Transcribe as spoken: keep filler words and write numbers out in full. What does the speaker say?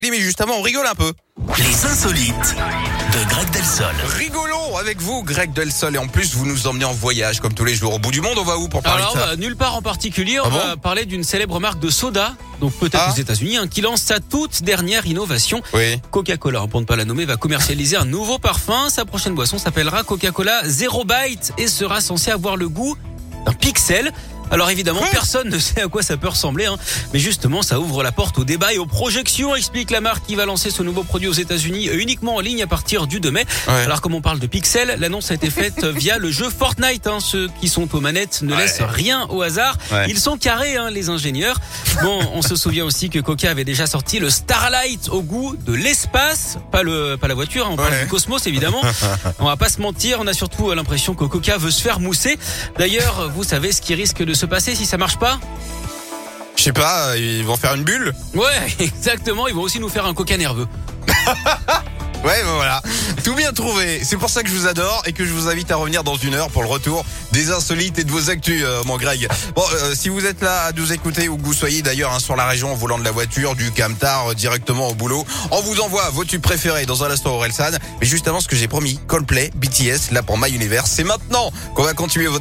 Mais justement, on rigole un peu. Les insolites de Greg Delsol. Rigolons avec vous, Greg Delsol. Et en plus, vous nous emmenez en voyage, comme tous les jours. Au bout du monde, on va où pour parler Alors, de ça bah, nulle part en particulier. On Ah bon va parler d'une célèbre marque de soda, donc peut-être Ah. aux États-Unis, hein, qui lance sa toute dernière innovation. Oui. Coca-Cola, pour ne pas la nommer, va commercialiser un nouveau parfum. Sa prochaine boisson s'appellera Coca-Cola Zero Bite et sera censé avoir le goût d'un pixel. Alors évidemment, Quoi personne ne sait à quoi ça peut ressembler, hein. Mais justement, ça ouvre la porte au débat et aux projections, explique la marque qui va lancer ce nouveau produit aux États-Unis euh, uniquement en ligne à partir du deux mai. Ouais. Alors comme on parle de pixels, l'annonce a été faite via le jeu Fortnite. Hein. Ceux qui sont aux manettes ne Ouais. laissent rien au hasard. Ouais. Ils sont carrés, hein, les ingénieurs. Bon, on se souvient aussi que Coca avait déjà sorti le Starlight au goût de l'espace, pas le, pas la voiture. Hein, on parle Ouais. du cosmos évidemment. On va pas se mentir, on a surtout l'impression que Coca veut se faire mousser. D'ailleurs, vous savez ce qui risque de se passer si ça marche pas? Je sais pas, ils vont faire une bulle. Ouais, exactement. Ils vont aussi nous faire un Coca nerveux. Ouais, ben voilà. Tout bien trouvé. C'est pour ça que je vous adore et que je vous invite à revenir dans une heure pour le retour des insolites et de vos actus, euh, mon Greg. Bon, euh, si vous êtes là à nous écouter où que vous soyez d'ailleurs hein, sur la région, au volant de la voiture, du camtar, euh, directement au boulot, on vous envoie vos tubes préférés dans un instant au Orelsan. Mais juste avant ce que j'ai promis, Coldplay, B T S, là pour My Universe, c'est maintenant qu'on va continuer votre